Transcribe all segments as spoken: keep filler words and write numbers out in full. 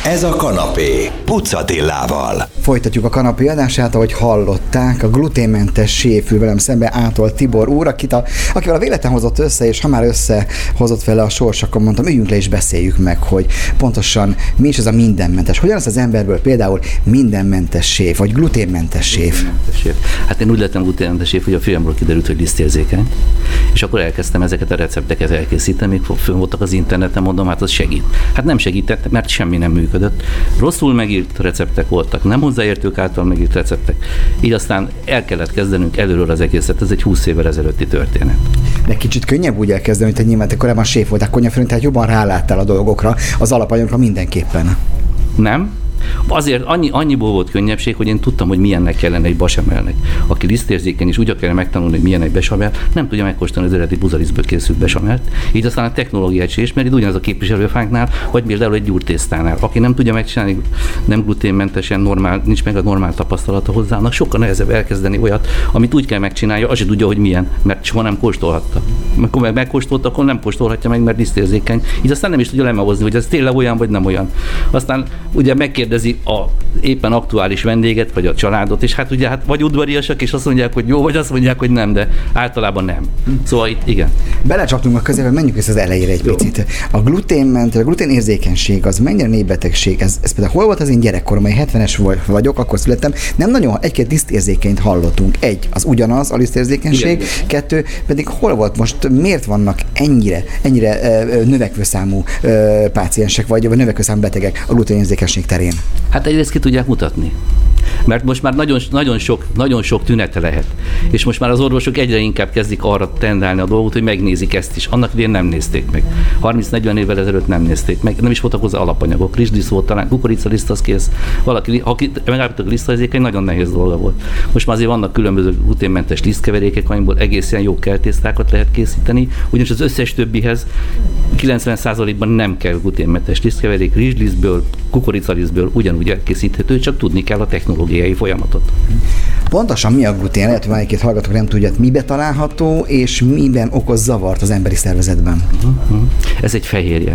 Ez a kanapé Pucz Attilával. Folytatjuk a kanapé adását, ahogy hallották, a gluténmentes séfül velem szembe Átol Tibor úr, akit a, akivel a véletlen hozott össze, és ha már összehozott vele a sors, akkor mondtam, üljünk le és beszéljük meg, hogy pontosan mi is ez a mindenmentes. Hogyan az az emberből például mindenmentes séf, vagy gluténmentes séf? Hát én úgy lettem gluténmentes séf, hogy a fiamról kiderült, hogy lisztérzékeny, és akkor elkezdtem ezeket a recepteket elkészíteni, még fönn voltak az interneten, mondom, hát az segít. Hát nem segített, mert semmi nem működött. Rosszul megírt receptek voltak, nem hozzáértők által megírt receptek. Így aztán el kellett kezdenünk előről az egészet, ez egy húsz évvel ezelőtti történet. De kicsit könnyebb úgy elkezdeni, hogy te nyilván te korábban séf voltál konyhafőnök, tehát jobban ráláttál a dolgokra, az alapanyagra mindenképpen. Nem. Azért annyi, annyiból volt könnyebbség, hogy én tudtam, hogy milyennek kellene egy basemelnek. Aki lisztérzékeny, és úgy kell megtanulni, hogy milyen egy besamel, nem tudja megkóstolni az eredeti buzalisztből készült besamelt. Így aztán a technológiát sem ismeri, ugyanaz a képviselőfánknál, vagy például egy gyúrtésztánál. Aki nem tudja megcsinálni nem gluténmentesen, normál, nincs meg a normál tapasztalata hozzá, annak sokkal nehezebb elkezdeni olyat, amit úgy kell megcsinálja, az se tudja, hogy milyen, mert soha nem kóstolhatta. Amikor meg megkóstolta, akkor nem kóstolhatja meg, mert lisztérzékeny. Így aztán nem is tudja lemehozni, hogy ez tényleg olyan vagy nem olyan. Aztán ugye megkérdezi a éppen aktuális vendéget, vagy a családot, és hát ugye hát vagy udvariasak, és azt mondják, hogy jó, vagy azt mondják, hogy nem, de általában nem. Szóval itt igen. Belecsaptunk a közébe, menjünk vissza az elejére egy jó. picit. A gluténment, a gluténérzékenység az mennyire népbetegség? Ez, ez például hol volt az én gyerekkorom, hogy hetvenes vagyok, akkor születtem, nem nagyon egy-két lisztérzékenyt hallottunk. Egy, az ugyanaz a lisztérzékenység, igen. Kettő, pedig hol volt most, miért vannak ennyire, ennyire ö, növekvő számú ö, páciensek, vagy, vagy növekvő számú betegek a gluténérzékenység terén? Hát egyrészt ki tudják mutatni. Mert most már nagyon, nagyon, sok, nagyon sok tünete lehet. És most már az orvosok egyre inkább kezdik arra tendálni a dolgot, hogy megnézik ezt is. Annak idején nem nézték meg. harminc-negyven évvel ezelőtt nem nézték meg. Nem is voltak hozzá alapanyagok. Rizslisz volt talán, kukoricaliszt az kész. Valaki, aki megállapított a lisztérzékeny, nagyon nehéz dolga volt. Most már azért vannak különböző gluténmentes lisztkeverékek, amikból egészen jó kertésztákat lehet készíteni. Ugyanis az összes többihez kilencven százalékban nem kell gluténmentes lisztkeverék, rizslisztből, kukoricalisztből ugyanúgy elkészíthető, csak tudni kell a technológiai folyamatot. Pontosan mi a glutén? Lehet, hogy egy-két hallgatók nem tudja, mibe található, és miben okoz zavart az emberi szervezetben? Uh-huh. Ez egy fehérje.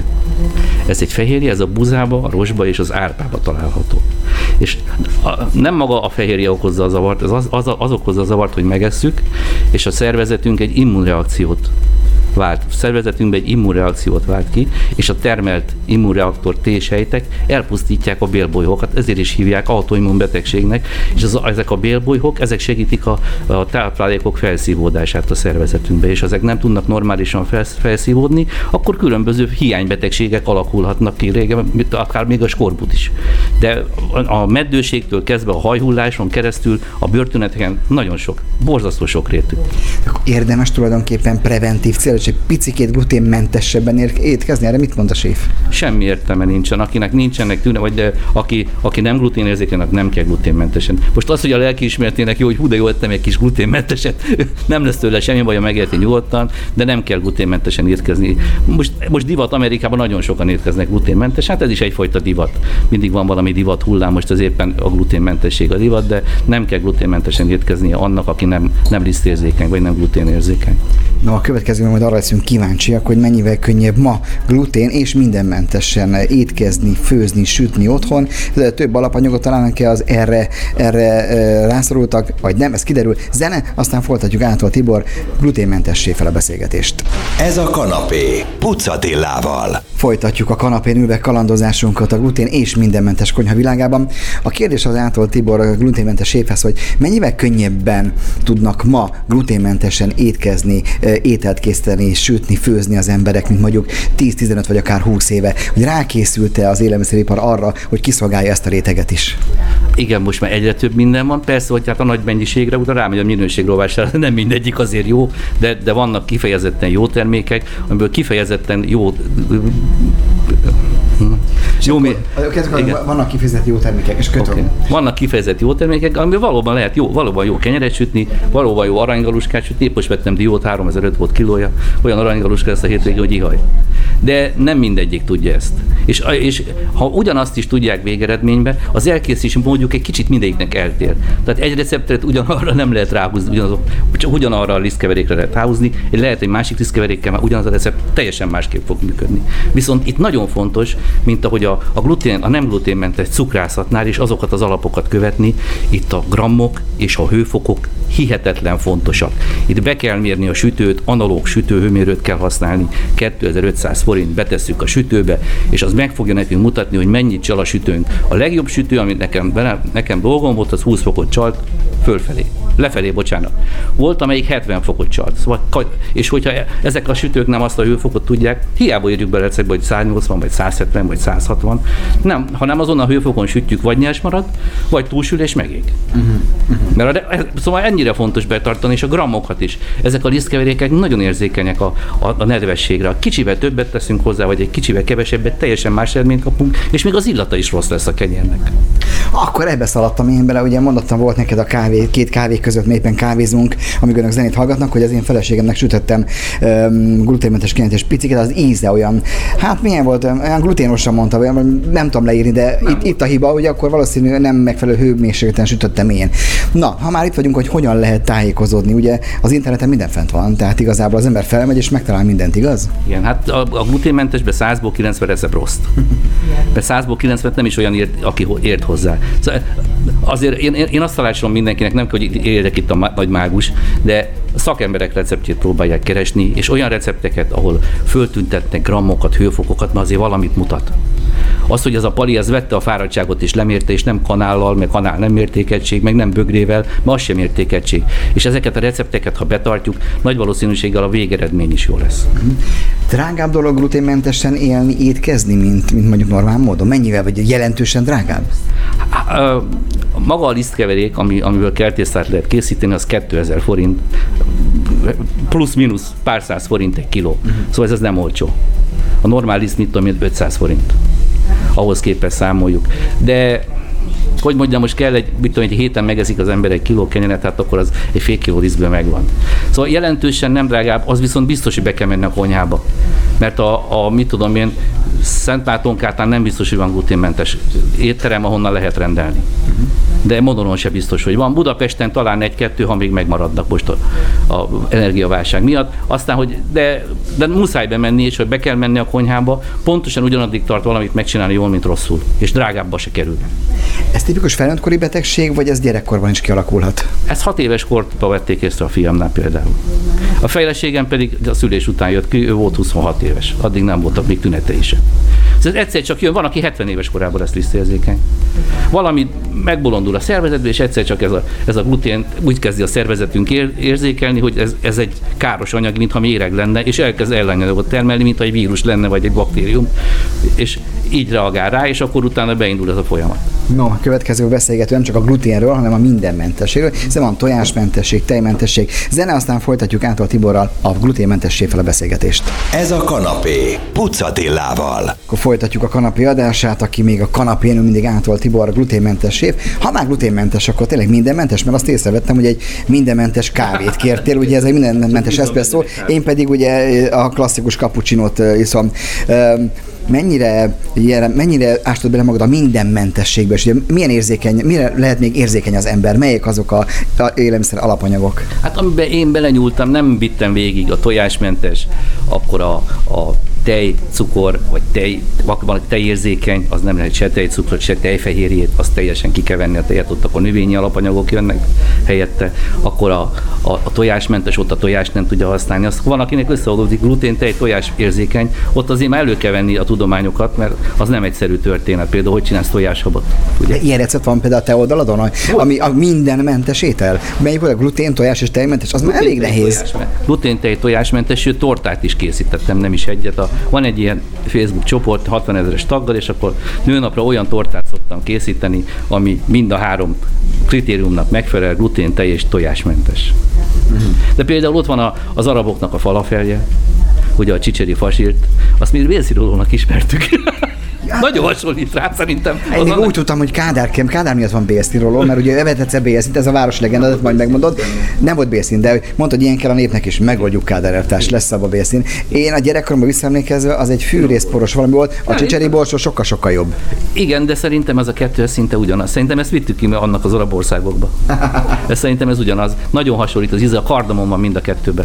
Ez egy fehérje, ez a buzába, a rostba és az árpába található. És a, nem maga a fehérje okozza a zavart, ez az, az, az okozza a zavart, hogy megesszük, és a szervezetünk egy immunreakciót vált. A szervezetünkben egy immunreakciót vált ki, és a termelt immunreaktor T-sejtek elpusztítják a bélbolyhokat, ezért is hívják autoimmunbetegségnek, és az, ezek a bélbolyhok, ezek segítik a, a táplálékok felszívódását a szervezetünkbe, és ezek nem tudnak normálisan felsz, felszívódni, akkor különböző hiánybetegségek alakulhatnak ki, régen, akár még a skorbut is. De a meddőségtől kezdve a hajhulláson keresztül a bőrtüneteken nagyon sok, borzasztó sok rétű. Érdemes tulajdonképpen preventív cél, és egy picikét gluténmentesebben étkezni, erre mit mond a séf? Semmi értelme nincsen, akinek nincsenek tűne, vagy de aki, aki nem gluténérzékenynek, nem kell gluténmentesen. Most az, hogy a lelkiismeretének jó, hogy hú, de jó, ettem egy kis gluténmenteset, nem lesz tőle semmi baj, megérti nyugodtan, de nem kell gluténmentesen étkezni. Most, most divat Amerikában nagyon sokan étkeznek gluténmentesen, hát ez is egyfajta divat. Mindig van valami divat hullám, most az éppen a gluténmentesség a divat, de nem kell gluténmentesen étkezni annak, aki nem, nem lisztérzékeny, vagy nem gluténérzékeny. Na, a következőben majd arra leszünk kíváncsiak, hogy mennyivel könnyebb ma glutén és mindenmentesen étkezni, főzni, sütni otthon. Több alapanyagot találnak-e az erre, erre rászorultak, vagy nem, ez kiderül. Zene, aztán folytatjuk Átol Tibor gluténmentes séffel a beszélgetést. Ez a kanapé Pucz Attilával. Folytatjuk a kanapén ülve kalandozásunkat a glutén és mindenmentes konyha világában. A kérdés az Átol Tibor gluténmentes séfhez, hogy mennyivel könnyebben tudnak ma gluténmentesen étkezni, ételt készíteni, sütni, főzni az emberek, mint mondjuk tíz-tizenöt vagy akár húsz éve, hogy rákészült-e az élelmiszeripar arra, hogy kiszolgálja ezt a réteget is? Igen, most már egyre több minden van, persze, hogy hát a nagy mennyiségre, utána rámegy a minőségrovásra, nem mindegyik azért jó, de, de vannak kifejezetten jó termékek, amiből kifejezetten jó Jó, mi... Vannak kifejezett jó termékek, és kötöm. Okay. Vannak kifejezett jó termékek, amiből valóban lehet jó, valóban jó kenyeret sütni, valóban jó aranygaluskát sütni. Épp most vettem diót, háromezer-öt volt kilója, olyan aranygaluska lesz a hétvégén, hogy ihaj. De nem mindegyik tudja ezt. És, és ha ugyanazt is tudják végeredményben, az elkészítési módjuk egy kicsit mindegyiknek eltér. Tehát egy receptet ugyanarra nem lehet ráhúzni, ugyanazok, csak ugyanarra a lisztkeverékre lehet ráhúzni, lehet egy másik lisztkeverékkel, már ugyanaz a recept teljesen másképp fog működni. Viszont itt nagyon fontos, mint ahogy a a, a, glutén, a nem gluténmentes cukrászatnál is azokat az alapokat követni, itt a grammok és a hőfokok hihetetlen fontosak. Itt be kell mérni a sütőt, analóg sütőhőmérőt kell használni, kétezer-ötszáz forint betesszük a sütőbe, és az meg fogja nekünk mutatni, hogy mennyit csal a sütőnk. A legjobb sütő, amit nekem, nekem dolgom volt, az húsz fokot csalt fölfelé. Lefelé, bocsánat. Volt, amelyik hetven fokot csalt. Szóval, és hogyha ezek a sütők nem azt a hőfokot tudják, hiába írjuk be receptbe, hogy száznyolcvan, vagy száz hetven, vagy száz hatvan. Nem, hanem azon a hőfokon sütjük, vagy nyers marad, vagy túlsül és megég. Uh-huh. Uh-huh. Mert a, szóval ennyire fontos betartani, és a grammokat is. Ezek a lisztkeverékek nagyon érzékenyek a, a, a nedvességre. A kicsivel többet teszünk hozzá, vagy egy kicsivel kevesebbet, teljesen más eredményt kapunk, és még az illata is rossz lesz a kenyérnek. Akkor ebbe szaladtam én bele, ugye mondottam, volt neked a kávé, két kávé között éppen kávézunk, amíg önök zenét hallgatnak, hogy az én feleségemnek sütöttem um, gluténmentes kenyeret, piciket, az íze olyan, hát milyen volt, olyan gluténosan mondta, olyan, nem tudom leírni, de itt, itt a hiba, hogy akkor valószínűleg nem megfelelő hőmérsékleten sütöttem én. Na, ha már itt vagyunk, hogy hogyan lehet tájékozódni, ugye az interneten minden fent van, tehát igazából az ember felmegy és megtalál mindent, igaz? Igen, hát a, a gluténmentesbe százból kilencven recept rossz. Mert százból kilencven nem is olyan ért, aki ért hozzá. Szóval azért én, én azt tanácsolom mindenkinek, nem kell, hogy érjek itt a nagy mágus, de szakemberek receptjét próbálják keresni, és olyan recepteket, ahol föltüntetnek grammokat, hőfokokat, mert azért valamit mutat. Az, hogy ez a pali, ez vette a fáradtságot és lemérte, és nem kanállal, meg kanál nem mértékegység, meg nem bögrével, mert az sem mértékegység. És ezeket a recepteket, ha betartjuk, nagy valószínűséggel a végeredmény is jó lesz. Drágább dolog gluténmentesen élni, étkezni, mint, mint mondjuk normál módon? Mennyivel, vagy jelentősen drágább? Maga a lisztkeverék, ami, amivel kertésztát lehet készíteni, az kétezer forint, plusz-minusz pár száz forint egy kiló. Uh-huh. Szóval ez, ez nem olcsó. A normál liszt, mit tudom én, ötszáz forint. Ahhoz képest számoljuk. De hogy mondjam, most kell egy, mit tudom, egy héten megeszik az ember egy kiló kenyeret, hát akkor az egy fél kiló lisztből megvan. Szóval jelentősen nem drágább, az viszont biztos, hogy be kell menni a konyhába. Mert a, a mit tudom én, Szentmártonkártán nem biztos, hogy van gluténmentes étterem, ahonnan lehet rendelni. De Modonon se biztos, hogy van. Budapesten talán egy-kettő, ha még megmaradnak most a, a energiaválság miatt. Aztán, hogy de, de muszáj bemenni, és hogy be kell menni a konyhába, pontosan ugyanaddig tart valamit megcsinálni jól, mint rosszul. És drágábbba se kerül. Ez tipikus felnőttkori betegség, vagy ez gyerekkorban is kialakulhat? Ez hat éves korban vették észre a fiamnál például. A feleségem pedig a szülés után jött ki, ő volt huszonhat éves. Addig nem voltak még tünetei sem. Ez egyszer csak jön, van, aki hetven éves korában lesz lisztérzékeny. Valami megbolondul a szervezetbe, és egyszer csak ez a, ez a glutén úgy kezdi a szervezetünk ér, érzékelni, hogy ez, ez egy káros anyag, mintha méreg lenne, és elkezd ellenanyagot termelni, mintha egy vírus lenne, vagy egy baktérium, és így reagál rá, és akkor utána beindul ez a folyamat. No, a következő beszélgető nem csak a gluténről, hanem a mindenmentességről, hiszen van tojásmentesség, tejmentesség, zene, aztán folytatjuk Ától Tiborral a gluténmentességről a beszélgetést. Ez a kanapé Puc Attilával. Akkor folytatjuk a kanapé adását, aki még a kanapén mindig Ától Tibor, a gluténmentes séf. Ha már gluténmentes, akkor tényleg mindenmentes, mert azt észrevettem, hogy egy mindenmentes kávét kértél, ugye ez egy mindenmentes eszpresszó, én pedig ugye a klasszikus cappuccinót iszom. Mennyire, mennyire ástod bele magad a mindenmentességbe, és ugye milyen érzékeny, mire lehet még érzékeny az ember, melyek azok a, a élelmiszer alapanyagok? Hát amiben én belenyúltam, nem vittem végig a tojásmentes, akkor a, a tej, cukor, vagy tej, van tejérzékeny, az nem lehet se tejcukrot, se tejfehérjét, azt teljesen ki kell venni a tejet, ott akkor növényi alapanyagok jönnek helyette, akkor a, a, a tojásmentes, ott a tojást nem tudja használni. Azt van, akinek összeadódik glutén, tej, tojás érzékeny, ott azért már elő kell venni a tudományokat, mert az nem egyszerű történet. Például, hogy csinálsz tojáshabot. Ugye? Ilyen recept van például a te oldaladon, ami a mindenmentes étel. Melyik volt a glutén, tojás és tejmentes, az glutén, már elég nehéz. Tojás, glutén, tej, tojásmentes, sőt, tortát is készítettem, nem is egyet. A, van egy ilyen Facebook csoport, hatvanezeres taggal, és akkor nőnapra olyan tortát szoktam készíteni, ami mind a három kritériumnak megfelel, glutén, tej és tojásmentes. De például ott van a, az araboknak a falafelje, ugye a csicseri fasírt, azt mi vélszirolónak ismertük. Nagyon hasonlít rá, szerintem. Én még úgy tudtam, hogy Kádár, Kádár miatt van bélszínróló, mert ugye evett egyszer bélszínt, ez a város legendát, majd megmondod. Nem volt bélszín, de mondtad, hogy ilyen kell a népnek is, megoldjuk Kádár elvtárs, lesz abba bélszín. Én a gyerekkoromban visszaemlékezve, az egy fűrészporos valami volt, a csicseri borsó sokkal-sokkal jobb. Igen, de szerintem ez a kettő szinte ugyanaz. Szerintem ezt vittük ki annak az arab országokba. Ez szerintem ez ugyanaz. Nagyon hasonlít az íze, a kardamom van mind a kettőben.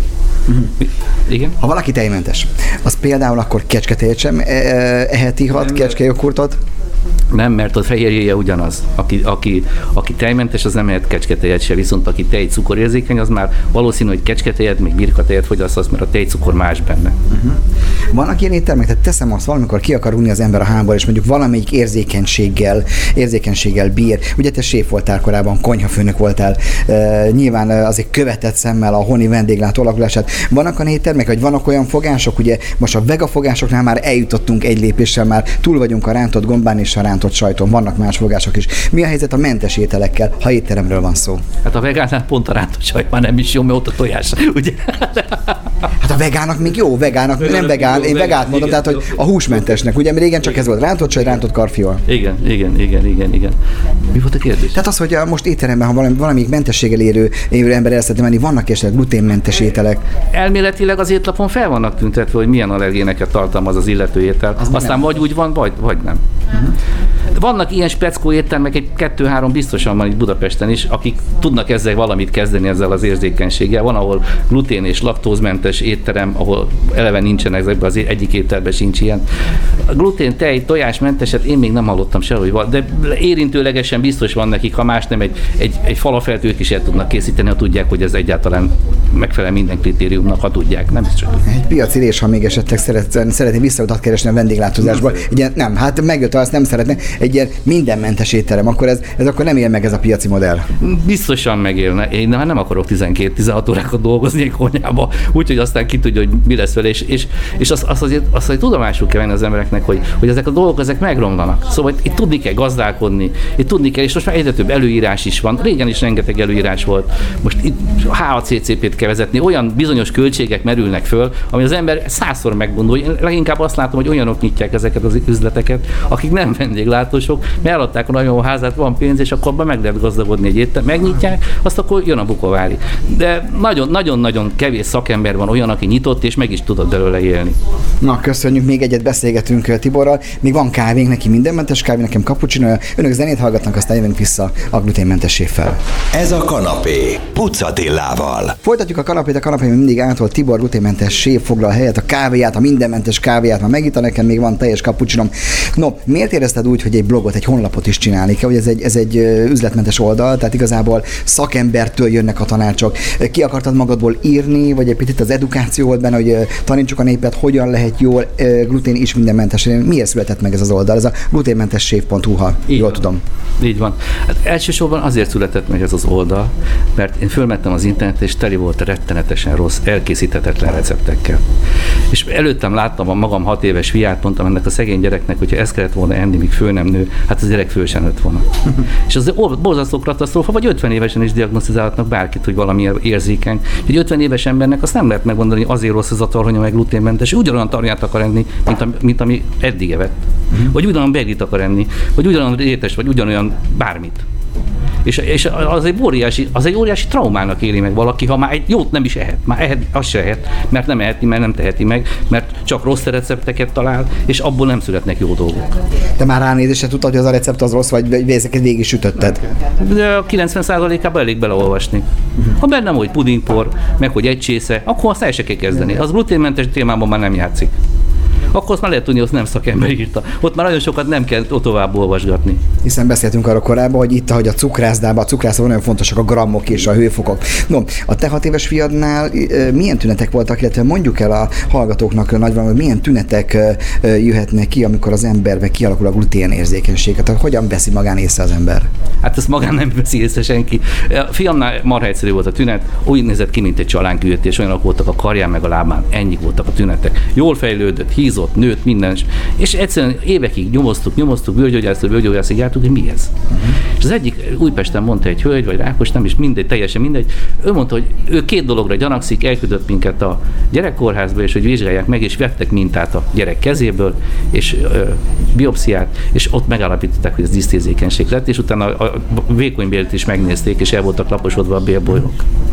Uh-huh. Igen? Ha valaki tejmentes, az például akkor kecsketejet sem eheti hat kecskejoghurtot? Nem, mert a fehérjéje ugyanaz. Aki, aki, aki tejmentes, az nem ehet kecsketejet se, viszont aki tejcukorérzékeny, az már valószínű, hogy kecsketejet, még birkatejet fogyaszt, mert a tejcukor más benne. Uh-huh. Vannak ilyen éttermek, tehát teszem azt, valamikor ki akar unni az ember a hámból, és mondjuk valamelyik érzékenységgel, érzékenységgel bír. Ugye te séf voltál korábban, konyhafőnök voltál, uh, nyilván azért követett szemmel a honi vendéglátó alakulását. Vannak olyan éttermek, vagy vannak olyan fogások, ugye most a vega fogásoknál már eljutottunk egy lépéssel, már túl vagyunk a rántott gombán és a rántott sajton, vannak más fogások is. Mi a helyzet a mentes ételekkel, ha étteremről van szó? Hát a vegánál pont a rántott sajt már nem is jó, mert ott a tojás, ugye? Hát a vegának még jó, vegának, vegának nem vegán, én vegát mondom, igen, tehát hogy a húsmentesnek, ugye, mert régen csak ez volt, rántott sajt, rántott karfiol. Igen, igen, igen, igen, igen. Mi volt a kérdés? Tehát az, hogy most étteremben, ha valami, valamelyik mentességgel érő, érő ember el szeretne menni, vannak esetleg gluténmentes ételek? Elméletileg az étlapon fel vannak tüntetve, hogy milyen allergéneket tartalmaz az illető étel. Az aztán vagy úgy van, vagy, vagy nem. Uh-huh. Vannak ilyen speckó éttermek, egy kettő-három biztosan van itt Budapesten is, akik tudnak ezzel valamit kezdeni, ezzel az érzékenységgel. Van, ahol glutén és laktózmentes étterem, ahol eleve nincsen ezekben, az egyik étterben sincs ilyen. A glutén, tej, tojásmenteset én még nem hallottam sehogy van, de érintőlegesen biztos van nekik, ha más nem, egy, egy, egy falafeltőt ők is el tudnak készíteni, ha tudják, hogy ez egyáltalán megfelel minden kritériumnak, ha tudják, nem is csak. Egy piaci rés, ha még esetleg szeret, szeretné visszautat keresni a vendéglátózásból. Ilyen, nem, hát megjött, ha azt nem szeretne, egy ilyen mindenmentes étterem, akkor ez, ez akkor nem él meg ez a piaci modell. Biztosan megélne. Én nem, nem akarok tizenkét-tizenhat órákat dolgozni egy konyhába, úgyhogy aztán ki tudja, hogy mi lesz vele, és, és, és azt, azt, azért, azt azért tudomásul kell venni az embereknek, hogy, hogy ezek a dolgok ezek megromlanak. Szóval itt, itt tudni kell gazdálkodni, itt tudni kell, és most már egyre több előírás is van. Régen is rengeteg előírás volt. Most itt há á cé cé pét kell vezetni, olyan bizonyos költségek merülnek föl, ami az ember százszor meggondol. Én leginkább azt látom, hogy olyanok nyitják ezeket az üzleteket, akik nem vendéglátósok, mert eladták a nagyon házát, van pénz, és akkor abban meg lehet gazdagodni egy étterem. Megnyitják, azt akkor jön a bukovári. De nagyon-nagyon kevés szakember van olyan, aki nyitott, és meg is tudott belőle élni. Na, köszönjük, még egyet beszélgetünk Tiborral. Még van kávénk, neki mindenmentes kávé, nekem cappuccino. Önök zenét hallgatnak, aztán jövünk vissza a gluténmentességgel. Ez a kanapé Pucatillával. Folytatjuk a kanapét, a kanapé mindig ától Tibor gluténmentes séf foglal helyet, a kávéját, a mindenmentes kávéját, már megitta, nekem még van teljes cappuccinom. No, miért érezted úgy, hogy egy blogot, egy honlapot is csinálni kell, hogy ez egy, ez egy üzletmentes oldal, tehát igazából szakembertől jönnek a tanácsok. Ki akartad magadból írni, vagy egy picit az edukáció volt benne, hogy tanítsuk a népet, hogyan lehet jól glutén is mindenmentes. Miért született meg ez az oldal? Ez a gluténmentessév pont hu, ha jól van. Tudom. Így van. Hát elsősorban azért született meg ez az oldal, mert én fölmettem az internetre, és teli volt rettenetesen rossz, elkészíthetetlen receptekkel. És előttem láttam a magam hat éves fiát, mondtam ennek a szegény gyereknek, hogyha ezt kellett volna enni, míg föl nem nő, hát az gyerek föl sem nőtt volna. És az borzasztó katasztrófa, vagy ötven évesen is diagnosztizálhatnak bárkit, hogy valami érzékeny. Egy ötven éves embernek azt nem lehet megmondani, hogy azért rossz az a tarhonya, meg gluténmentes, ugyanolyan tarját akar enni, mint, a, mint ami eddig evett. Uh-huh. Vagy ugyanolyan beglit akar enni, vagy ugyanolyan rétes, vagy ugyanolyan bármit. És, és az, egy óriási, az egy óriási traumának éli meg valaki, ha már egy jót nem is ehet, már ehet, azt se ehet, mert nem eheti, mert nem teheti meg, mert csak rossz recepteket talál, és abból nem születnek jó dolgok. De már ránézésre tudtad, hogy az a recept az rossz, vagy ezeket végig sütötted? De a kilencven százalékában elég beleolvasni. Ha benne hogy pudingpor, meg hogy egy csésze, akkor azt el se kell kezdeni. Az gluténmentes témában már nem játszik. Akkor azt már lehet tudni, hogy azt nem szakember írta. Ott már nagyon sokat nem kell tovább olvasgatni. Hiszen beszéltünk arról korábban, hogy itt, ahogy a cukrászdában, a cukrászban nagyon fontosak a grammok és a hőfokok. No, a te hat éves fiadnál milyen tünetek voltak, illetve mondjuk el a hallgatóknak nagyban, hogy milyen tünetek jöhetnek ki, amikor az emberbe kialakul a gluténérzékenység? Tehát hogyan veszi magán észre az ember? Hát ezt magán nem veszi észre senki. A fiamnál marha egyszerű volt a tünet, úgy nézett ki, mint egy csalánküvetés, olyanok voltak a karján meg a lábán, ennyi voltak a tünetek. Jól fejlődött, hízott, nőtt, minden. És egyszerűen évekig nyomoztuk, nyomoztuk, bőrgyógyásztól bőrgyógyászig jártuk, hogy mi ez. Uh-huh. És az egyik Újpesten mondta egy hölgy, vagy Rákos, nem is mindegy, teljesen mindegy, ő mondta, hogy ő két dologra gyanakszik, elküldött minket a gyerekkórházba, és hogy vizsgálják meg, és vettek mintát a gyerek kezéből, és ö, biopsziát, és ott megállapították, hogy ez disztérzékenység lett, és utána a, a vékonybélt is megnézték, és el voltak laposodva a bélbolyok.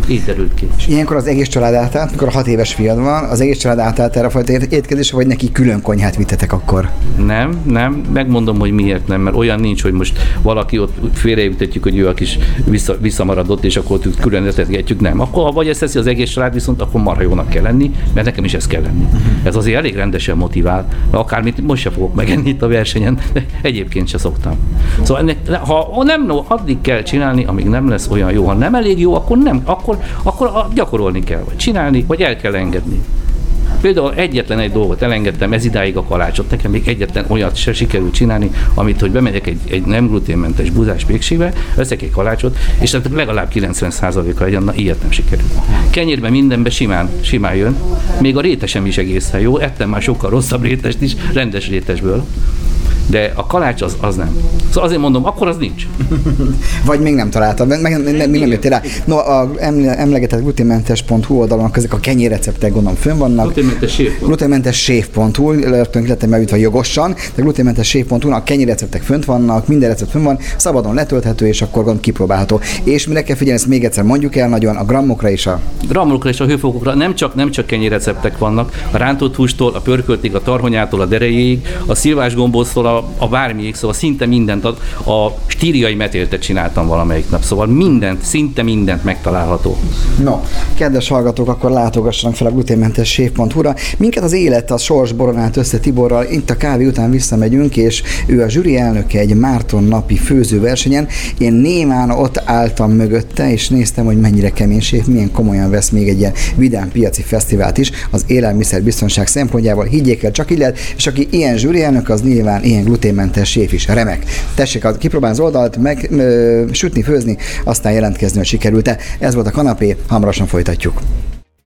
Így derült ki. És ilyenkor az egész család átállt, mikor hat éves fiad van, az egész család átállt erre a fajta étkezésre, vagy neki külön konyhát vittetek akkor? Nem, nem, megmondom, hogy miért nem, mert olyan nincs, hogy most valaki ott félrejutatjuk, hogy ő a kis vissza, visszamaradott, és akkor ott külön etetgetjük, nem. Akkor ha vagy ezt teszi az egész család, viszont akkor marha jónak kell lenni, mert nekem is ez kell lenni. Ez azért elég rendesen motivál, akármit most se fogok megenni itt a versenyen, de egyébként se szoktam. Szóval ennek, ha nem, no, addig kell csinálni, amíg nem lesz olyan jó. Ha nem elég jó, akkor nem, akkor, akkor gyakorolni kell, vagy csinálni, vagy el kell engedni. Például egyetlen egy dolgot elengedtem, ez idáig a kalácsot, nekem még egyetlen olyat se sikerült csinálni, amit, hogy bemegyek egy, egy nem gluténmentes buzás pékségbe, veszek egy kalácsot, és legalább kilencven százaléka legyen, na ilyet nem sikerült. Kenyérben mindenben simán, simán jön, még a rétesem is egészen jó, ettem már sokkal rosszabb rétest is, rendes rétesből. De a kalács az, az nem. Szóval azért mondom, akkor az nincs. Vagy még nem találtad, meg nem, nem, még nem jöttél rá. No, a emlegetett gluténmentes pont hu oldalon ezek a kenyérreceptek gondolom fönn vannak. Gluténmentes séf. Gluténmentes séf pont hu, rögtön lettem beütve jogosan, de gluténmentes séf pont hu a kenyérreceptek fönt vannak, minden recept fönn van, szabadon letölthető, és akkor gondolom kipróbálható. És mire kell figyelni, ezt még egyszer mondjuk el nagyon, a grammokra és a... Grammokra és a hőfokokra nem csak, nem csak kenyérreceptek vannak, a rántott hústól, a pörköltig, a tarhonyától, a derejéig, a szilvás gombóctól, a a bármilyik, szóval szinte mindent, a, a stíriai metéltet csináltam valamelyik nap, szóval mindent, szinte mindent megtalálható. No, kedves hallgatók, akkor látogassanak fel a gluténmentes séf pont hu-ra. Minket az élet, a sors boronált össze Tiborral, itt a kávé után visszamegyünk, és ő a zsűri elnöke egy Márton napi főzőversenyen. Én némán ott álltam mögötte, és néztem, hogy mennyire kemény séf, milyen komolyan vesz még egy ilyen vidám piaci fesztivált is az élelmiszerbiztonság szempontjából. Higgyék el, csak így lehet, és aki ilyen zsűri elnök, az nyilván ilyen gluténmentes séf is. Remek. Tessék kipróbálni az oldalt, meg ö, sütni, főzni, aztán jelentkezni, hogy sikerült-e. Ez volt a kanapé, hamarosan folytatjuk.